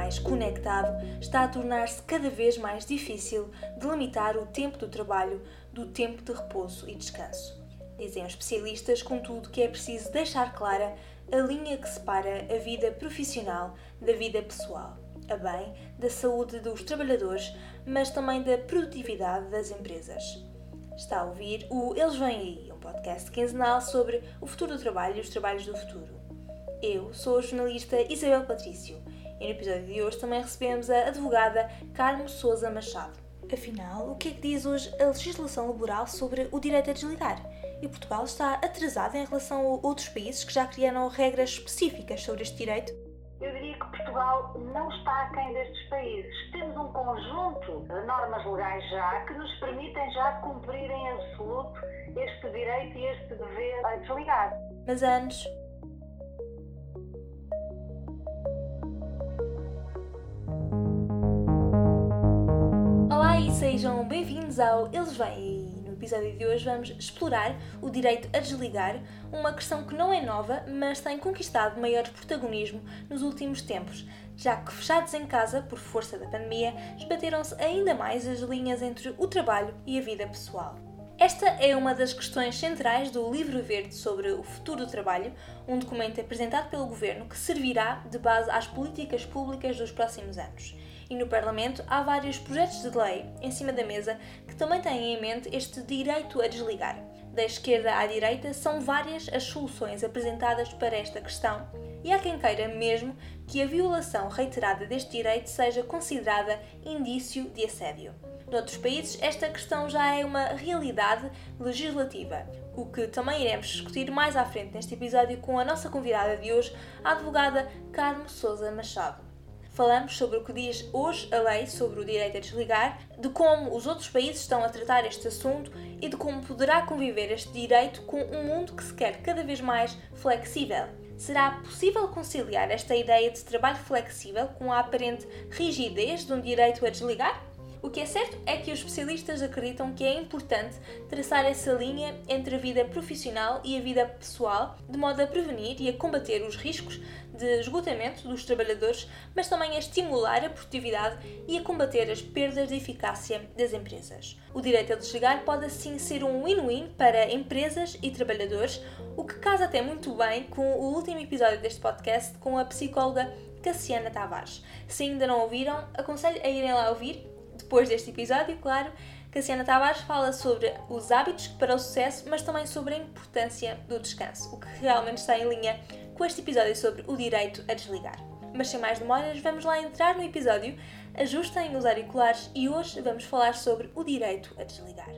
mais conectado, está a tornar-se cada vez mais difícil delimitar o tempo do trabalho do tempo de repouso e descanso. Dizem os especialistas, contudo, que é preciso deixar clara a linha que separa a vida profissional da vida pessoal, a bem da saúde dos trabalhadores, mas também da produtividade das empresas. Está a ouvir o Eles Vêm Aí, um podcast quinzenal sobre o futuro do trabalho e os trabalhos do futuro. Eu sou a jornalista Isabel Patrício e no episódio de hoje também recebemos a advogada Carmo Sousa Machado. Afinal, o que é que diz hoje a legislação laboral sobre o direito a desligar? E Portugal está atrasado em relação a outros países que já criaram regras específicas sobre este direito? Eu diria que Portugal não está aquém destes países. Temos um conjunto de normas legais já que nos permitem já cumprir em absoluto este direito e este dever a desligar. Mas antes... Olá e sejam bem-vindos ao Eles Vêm Aí. No episódio de hoje vamos explorar o direito a desligar, uma questão que não é nova, mas tem conquistado maior protagonismo nos últimos tempos, já que fechados em casa por força da pandemia, esbateram-se ainda mais as linhas entre o trabalho e a vida pessoal. Esta é uma das questões centrais do Livro Verde sobre o futuro do trabalho, um documento apresentado pelo Governo que servirá de base às políticas públicas dos próximos anos. E no Parlamento há vários projetos de lei em cima da mesa que também têm em mente este direito a desligar. Da esquerda à direita são várias as soluções apresentadas para esta questão e há quem queira mesmo que a violação reiterada deste direito seja considerada indício de assédio. Noutros países, esta questão já é uma realidade legislativa, o que também iremos discutir mais à frente neste episódio com a nossa convidada de hoje, a advogada Carmo Sousa Machado. Falamos sobre o que diz hoje a lei sobre o direito a desligar, de como os outros países estão a tratar este assunto e de como poderá conviver este direito com um mundo que se quer cada vez mais flexível. Será possível conciliar esta ideia de trabalho flexível com a aparente rigidez de um direito a desligar? O que é certo é que os especialistas acreditam que é importante traçar essa linha entre a vida profissional e a vida pessoal, de modo a prevenir e a combater os riscos de esgotamento dos trabalhadores, mas também a estimular a produtividade e a combater as perdas de eficácia das empresas. O direito a desligar pode assim ser um win-win para empresas e trabalhadores, o que casa até muito bem com o último episódio deste podcast com a psicóloga Cassiana Tavares. Se ainda não ouviram, aconselho a irem lá ouvir. Depois deste episódio, claro, Cassiana Tavares fala sobre os hábitos para o sucesso, mas também sobre a importância do descanso, o que realmente está em linha com este episódio sobre o direito a desligar. Mas sem mais demoras, vamos lá entrar no episódio, ajustem os auriculares e hoje vamos falar sobre o direito a desligar.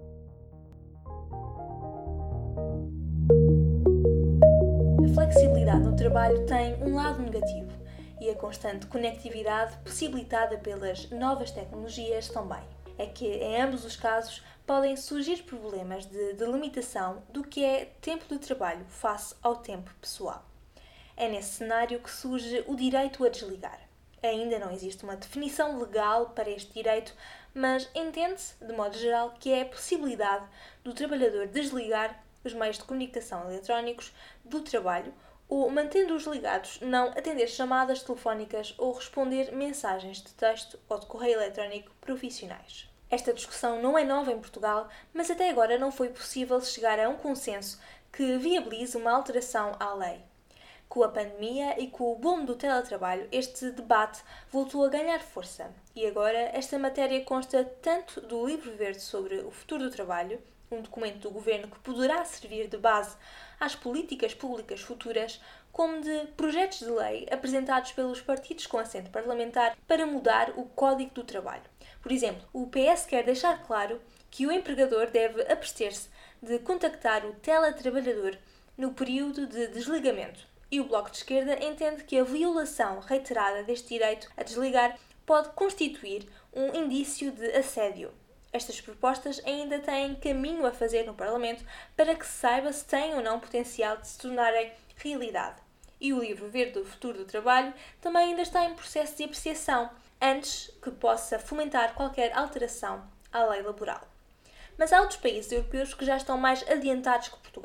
A flexibilidade no trabalho tem um lado negativo. E a constante conectividade possibilitada pelas novas tecnologias também. É que, em ambos os casos, podem surgir problemas de delimitação do que é tempo de trabalho face ao tempo pessoal. É nesse cenário que surge o direito a desligar. Ainda não existe uma definição legal para este direito, mas entende-se, de modo geral, que é a possibilidade do trabalhador desligar os meios de comunicação eletrónicos do trabalho ou, mantendo-os ligados, não atender chamadas telefónicas ou responder mensagens de texto ou de correio eletrónico profissionais. Esta discussão não é nova em Portugal, mas até agora não foi possível chegar a um consenso que viabilize uma alteração à lei. Com a pandemia e com o boom do teletrabalho, este debate voltou a ganhar força e agora esta matéria consta tanto do Livro Verde sobre o futuro do trabalho, um documento do Governo que poderá servir de base às políticas públicas futuras, como de projetos de lei apresentados pelos partidos com assento parlamentar para mudar o Código do Trabalho. Por exemplo, o PS quer deixar claro que o empregador deve abster-se de contactar o teletrabalhador no período de desligamento. E o Bloco de Esquerda entende que a violação reiterada deste direito a desligar pode constituir um indício de assédio. Estas propostas ainda têm caminho a fazer no Parlamento para que se saiba se têm ou não potencial de se tornarem realidade. E o Livro Verde do Futuro do Trabalho também ainda está em processo de apreciação, antes que possa fomentar qualquer alteração à lei laboral. Mas há outros países europeus que já estão mais adiantados que Portugal.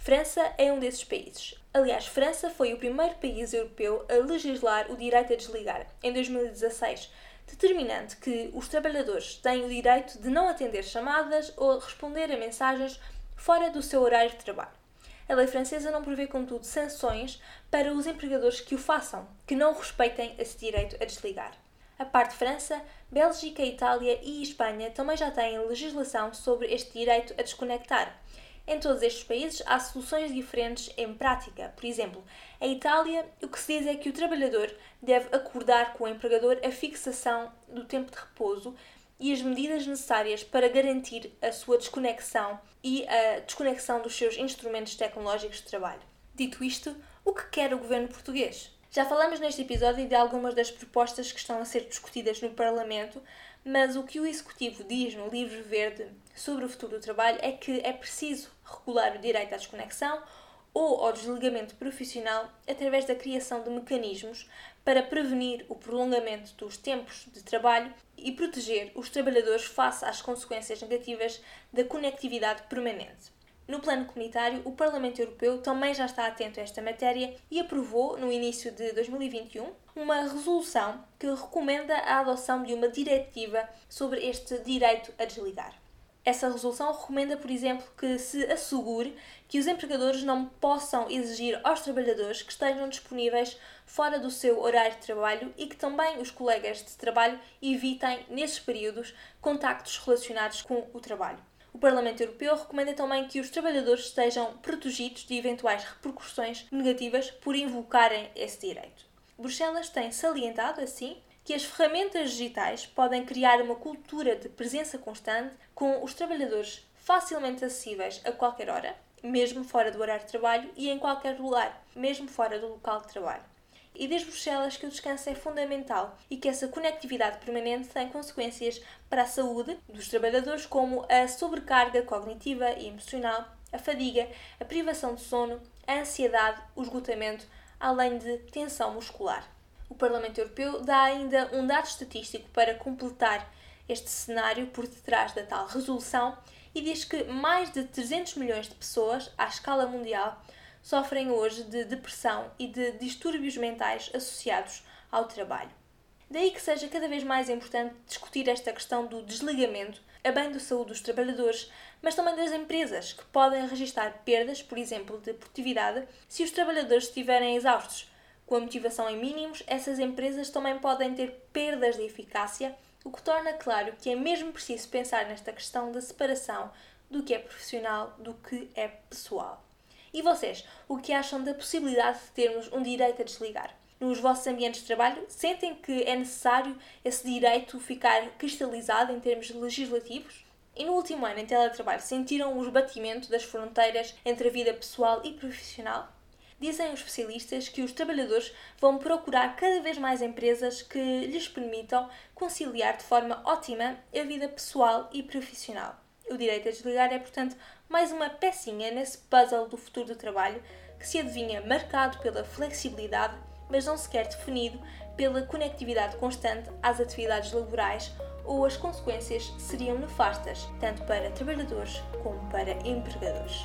França é um desses países. Aliás, França foi o primeiro país europeu a legislar o direito a desligar, em 2016, determinando que os trabalhadores têm o direito de não atender chamadas ou responder a mensagens fora do seu horário de trabalho. A lei francesa não prevê, contudo, sanções para os empregadores que o façam, que não respeitem esse direito a desligar. A parte de França, Bélgica, Itália e Espanha também já têm legislação sobre este direito a desconectar. Em todos estes países há soluções diferentes em prática. Por exemplo, em Itália, o que se diz é que o trabalhador deve acordar com o empregador a fixação do tempo de repouso e as medidas necessárias para garantir a sua desconexão e a desconexão dos seus instrumentos tecnológicos de trabalho. Dito isto, o que quer o governo português? Já falamos neste episódio de algumas das propostas que estão a ser discutidas no Parlamento, mas o que o Executivo diz no Livro Verde sobre o futuro do trabalho é que é preciso regular o direito à desconexão ou ao desligamento profissional através da criação de mecanismos para prevenir o prolongamento dos tempos de trabalho e proteger os trabalhadores face às consequências negativas da conectividade permanente. No plano comunitário, o Parlamento Europeu também já está atento a esta matéria e aprovou, no início de 2021, uma resolução que recomenda a adoção de uma diretiva sobre este direito a desligar. Essa resolução recomenda, por exemplo, que se assegure que os empregadores não possam exigir aos trabalhadores que estejam disponíveis fora do seu horário de trabalho e que também os colegas de trabalho evitem, nesses períodos, contactos relacionados com o trabalho. O Parlamento Europeu recomenda também que os trabalhadores estejam protegidos de eventuais repercussões negativas por invocarem esse direito. Bruxelas tem salientado, assim, que as ferramentas digitais podem criar uma cultura de presença constante com os trabalhadores facilmente acessíveis a qualquer hora, mesmo fora do horário de trabalho, e em qualquer lugar, mesmo fora do local de trabalho. E diz Bruxelas que o descanso é fundamental e que essa conectividade permanente tem consequências para a saúde dos trabalhadores, como a sobrecarga cognitiva e emocional, a fadiga, a privação de sono, a ansiedade, o esgotamento, além de tensão muscular. O Parlamento Europeu dá ainda um dado estatístico para completar este cenário por detrás da tal resolução e diz que mais de 300 milhões de pessoas, à escala mundial, sofrem hoje de depressão e de distúrbios mentais associados ao trabalho. Daí que seja cada vez mais importante discutir esta questão do desligamento, a bem da saúde dos trabalhadores, mas também das empresas, que podem registrar perdas, por exemplo, de produtividade, se os trabalhadores estiverem exaustos. Com a motivação em mínimos, essas empresas também podem ter perdas de eficácia, o que torna claro que é mesmo preciso pensar nesta questão da separação do que é profissional do que é pessoal. E vocês, o que acham da possibilidade de termos um direito a desligar? Nos vossos ambientes de trabalho, sentem que é necessário esse direito ficar cristalizado em termos legislativos? E no último ano em teletrabalho, sentiram o esbatimento das fronteiras entre a vida pessoal e profissional? Dizem os especialistas que os trabalhadores vão procurar cada vez mais empresas que lhes permitam conciliar de forma ótima a vida pessoal e profissional. O direito a desligar é, portanto, mais uma pecinha nesse puzzle do futuro do trabalho que se adivinha marcado pela flexibilidade, mas não sequer definido pela conectividade constante às atividades laborais, ou as consequências seriam nefastas, tanto para trabalhadores como para empregadores.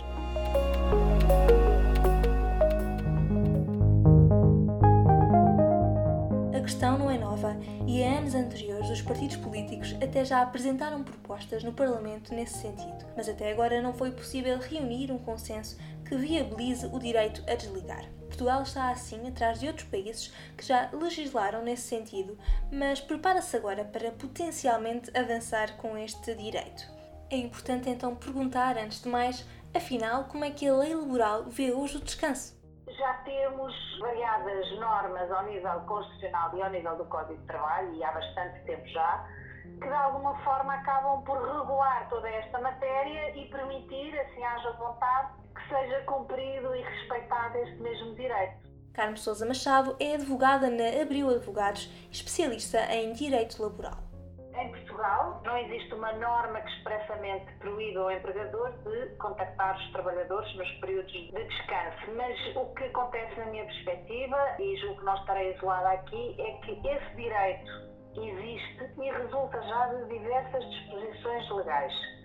A questão não é nova e em anos anteriores os partidos políticos até já apresentaram propostas no Parlamento nesse sentido, mas até agora não foi possível reunir um consenso que viabilize o direito a desligar. Portugal está assim atrás de outros países que já legislaram nesse sentido, mas prepara-se agora para potencialmente avançar com este direito. É importante então perguntar, antes de mais, afinal, como é que a lei laboral vê hoje o descanso? Já temos variadas normas ao nível constitucional e ao nível do Código de Trabalho, e há bastante tempo já, que de alguma forma acabam por regular toda esta matéria e permitir, assim haja vontade, que seja cumprido e respeitado este mesmo direito. Carmo Sousa Machado é advogada na Abril Advogados, especialista em direito laboral. Em Portugal, não existe uma norma que expressamente proíba ao empregador de contactar os trabalhadores nos períodos de descanso, mas o que acontece na minha perspectiva, e julgo que não estarei isolada aqui, é que esse direito existe e resulta já de diversas disposições legais.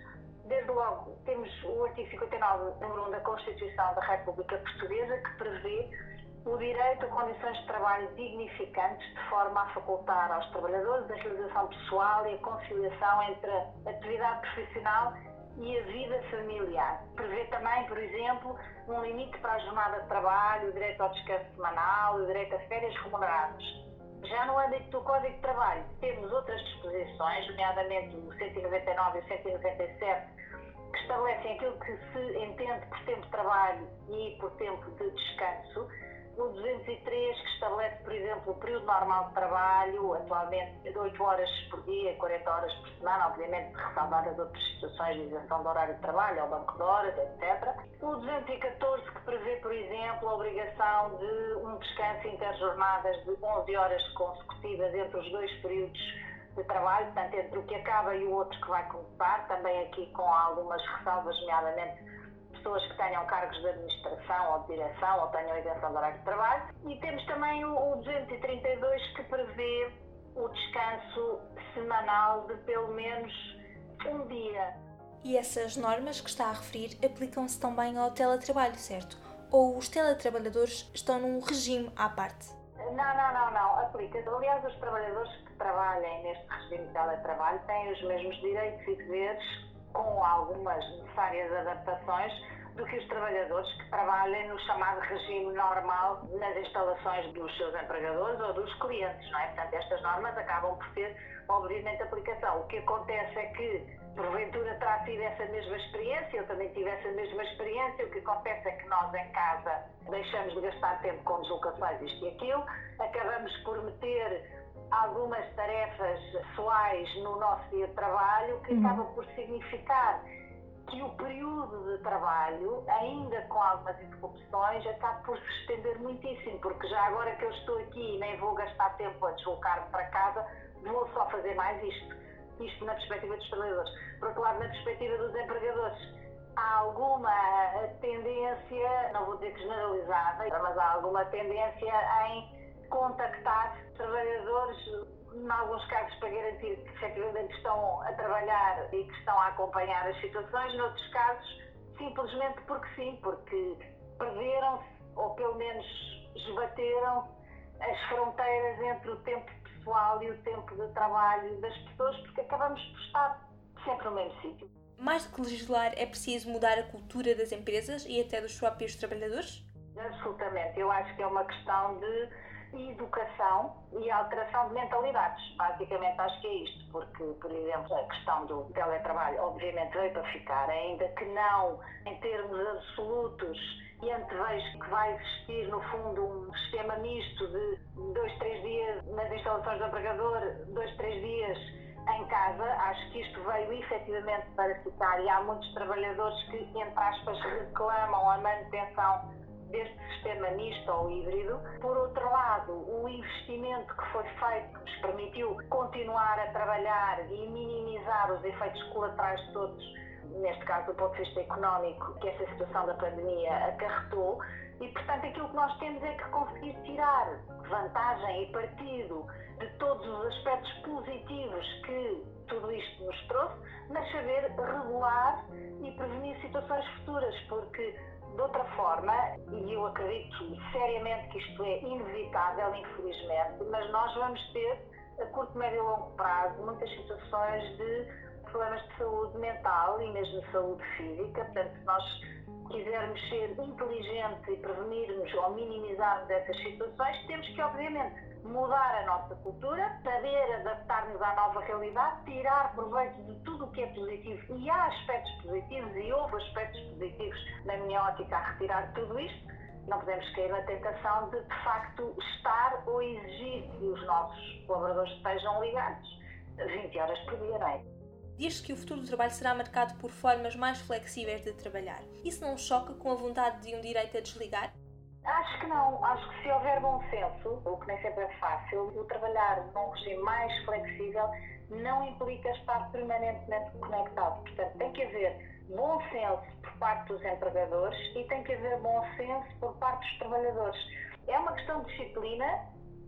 Desde logo, temos o artigo 59, número 1 da Constituição da República Portuguesa, que prevê o direito a condições de trabalho dignificantes, de forma a facultar aos trabalhadores a realização pessoal e a conciliação entre a atividade profissional e a vida familiar. Prevê também, por exemplo, um limite para a jornada de trabalho, o direito ao descanso semanal, o direito a férias remuneradas. Já no âmbito do Código de Trabalho, temos outras disposições, nomeadamente o 199 e o 197, que estabelecem aquilo que se entende por tempo de trabalho e por tempo de descanso. O 203, que estabelece, por exemplo, o período normal de trabalho, atualmente de 8 horas por dia, 40 horas por semana, obviamente ressalvadas outras situações de isenção do horário de trabalho, ao banco de horas, etc. O 214, que prevê, por exemplo, a obrigação de um descanso interjornadas de 11 horas consecutivas entre os dois períodos de trabalho, portanto, entre o que acaba e o outro que vai começar, também aqui com algumas ressalvas, nomeadamente pessoas que tenham cargos de administração ou de direção ou tenham isenção do horário de trabalho. E temos também o 232, que prevê o descanso semanal de pelo menos um dia. E essas normas que está a referir aplicam-se também ao teletrabalho, certo? Ou os teletrabalhadores estão num regime à parte? Não, aplica-se. Aliás, os trabalhadores que trabalhem neste regime de teletrabalho têm os mesmos direitos e deveres, com algumas necessárias adaptações, do que os trabalhadores que trabalhem no chamado regime normal nas instalações dos seus empregadores ou dos clientes, não é? Portanto, estas normas acabam por ter, obviamente, aplicação. O que acontece é que, porventura, terá sido essa mesma experiência, eu também tive essa mesma experiência. O que acontece é que nós, em casa, deixamos de gastar tempo com deslocações, isto e aquilo, acabamos por meter algumas tarefas pessoais no nosso dia de trabalho, que acaba por significar que o período de trabalho, ainda com algumas interrupções, acaba por se estender muitíssimo, porque já agora que eu estou aqui e nem vou gastar tempo a deslocar-me para casa, vou só fazer mais isto. Isto na perspectiva dos trabalhadores. Por outro lado, na perspectiva dos empregadores, há alguma tendência, não vou dizer que generalizada, mas há alguma tendência em contactar trabalhadores, em alguns casos para garantir que efetivamente estão a trabalhar e que estão a acompanhar as situações, noutros casos simplesmente porque sim, porque perderam-se ou pelo menos esbateram as fronteiras entre o tempo pessoal e o tempo de trabalho das pessoas, porque acabamos por estar sempre no mesmo sítio. Mais do que legislar, é preciso mudar a cultura das empresas e até dos próprios trabalhadores? Absolutamente. Eu acho que é uma questão de educação e alteração de mentalidades. Basicamente acho que é isto, porque, por exemplo, a questão do teletrabalho obviamente veio para ficar, ainda que não em termos absolutos, e antevejo que vai existir, no fundo, um sistema misto de 2-3 dias nas instalações do empregador, 2-3 dias em casa. Acho que isto veio efetivamente para ficar e há muitos trabalhadores que, entre aspas, reclamam a manutenção deste sistema misto ou híbrido. Por outro lado, o investimento que foi feito, que nos permitiu continuar a trabalhar e minimizar os efeitos colaterais de todos, neste caso do ponto de vista económico, que esta situação da pandemia acarretou, e portanto aquilo que nós temos é que conseguir tirar vantagem e partido de todos os aspectos positivos que tudo isto nos trouxe, mas saber regular e prevenir situações futuras, porque de outra forma, e eu acredito seriamente que isto é inevitável, infelizmente, mas nós vamos ter, a curto, médio e longo prazo, muitas situações de problemas de saúde mental e mesmo de saúde física. Portanto, se nós quisermos ser inteligentes e prevenirmos ou minimizarmos essas situações, temos que, obviamente, mudar a nossa cultura, saber adaptar-nos à nova realidade, tirar proveito de tudo o que é positivo. E há aspectos positivos e houve aspectos positivos, na minha ótica, a retirar tudo isto. Não podemos cair na tentação de facto, estar ou exigir que os nossos colaboradores estejam ligados 20 horas por dia, não é? Diz-se que o futuro do trabalho será marcado por formas mais flexíveis de trabalhar. Isso não choca com a vontade de um direito a desligar? Acho que não. Acho que se houver bom senso, o que nem sempre é fácil, o trabalhar num regime mais flexível não implica estar permanentemente conectado. Portanto, tem que haver bom senso por parte dos empregadores e tem que haver bom senso por parte dos trabalhadores. É uma questão de disciplina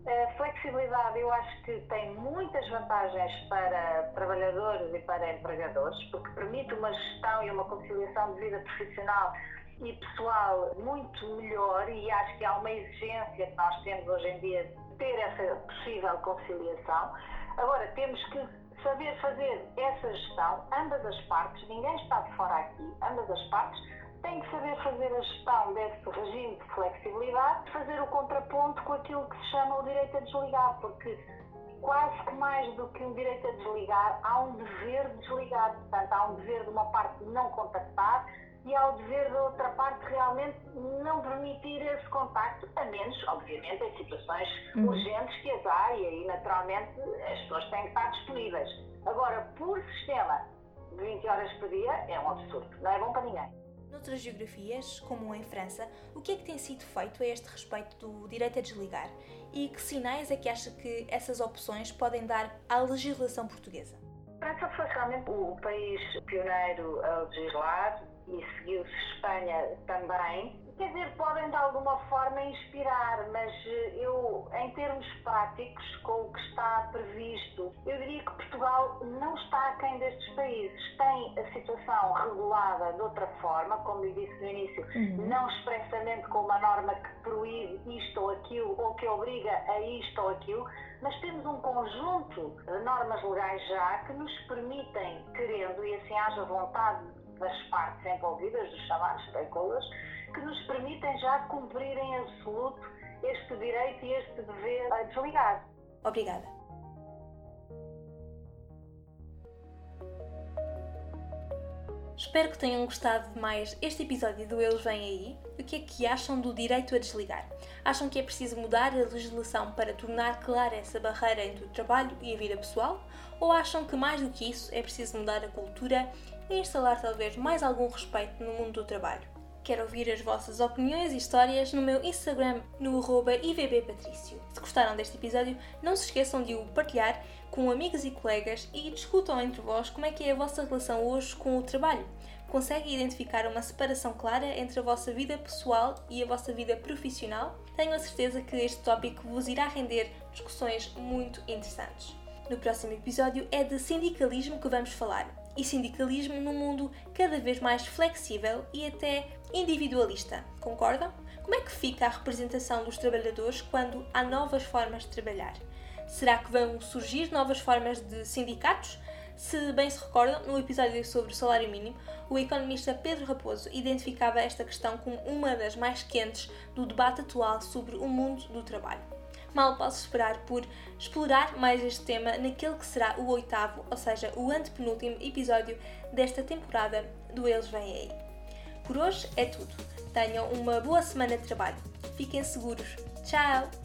A flexibilidade eu acho que tem muitas vantagens para trabalhadores e para empregadores, porque permite uma gestão e uma conciliação de vida profissional e pessoal muito melhor, e acho que há uma exigência que nós temos hoje em dia de ter essa possível conciliação. Agora, temos que saber fazer essa gestão, ambas as partes, ninguém está de fora aqui, ambas as partes têm que saber fazer a gestão desse regime de flexibilidade, fazer o contraponto com aquilo que se chama o direito a desligar, porque quase que mais do que um direito a desligar, há um dever de desligar. Portanto, há um dever de uma parte de não contactar e há o dever da outra parte realmente não permitir esse contacto, a menos, obviamente, em situações urgentes que as há, e aí, naturalmente, as pessoas têm que estar disponíveis. Agora, por sistema, 20 horas por dia é um absurdo, não é bom para ninguém. Noutras geografias, como em França, o que é que tem sido feito a este respeito do direito a desligar? E que sinais é que acha que essas opções podem dar à legislação portuguesa? A França foi realmente o país pioneiro a legislar e seguiu-se Espanha também. Quer dizer, podem de alguma forma inspirar, mas eu, em termos práticos, com o que está previsto, eu diria que Portugal não está aquém destes países. Tem a situação regulada de outra forma, como lhe disse no início, não expressamente com uma norma que proíbe isto ou aquilo, ou que obriga a isto ou aquilo, mas temos um conjunto de normas legais já que nos permitem, querendo e assim haja vontade das partes envolvidas, dos chamados stakeholders, que nos permitem já cumprir em absoluto este direito e este dever a desligar. Obrigada. Espero que tenham gostado de mais este episódio do Eles Vêm Aí. O que é que acham do direito a desligar? Acham que é preciso mudar a legislação para tornar clara essa barreira entre o trabalho e a vida pessoal? Ou acham que mais do que isso é preciso mudar a cultura e instalar talvez mais algum respeito no mundo do trabalho? Quero ouvir as vossas opiniões e histórias no meu Instagram, no @ivbpatricio. Se gostaram deste episódio, não se esqueçam de o partilhar com amigos e colegas e discutam entre vós como é que é a vossa relação hoje com o trabalho. Conseguem identificar uma separação clara entre a vossa vida pessoal e a vossa vida profissional? Tenho a certeza que este tópico vos irá render discussões muito interessantes. No próximo episódio é de sindicalismo que vamos falar. E sindicalismo num mundo cada vez mais flexível e até individualista. Concordam? Como é que fica a representação dos trabalhadores quando há novas formas de trabalhar? Será que vão surgir novas formas de sindicatos? Se bem se recordam, no episódio sobre o salário mínimo, o economista Pedro Raposo identificava esta questão como uma das mais quentes do debate atual sobre o mundo do trabalho. Mal posso esperar por explorar mais este tema naquele que será o 8º, ou seja, o antepenúltimo episódio desta temporada do Eles Vêm Aí. Por hoje é tudo. Tenham uma boa semana de trabalho. Fiquem seguros. Tchau!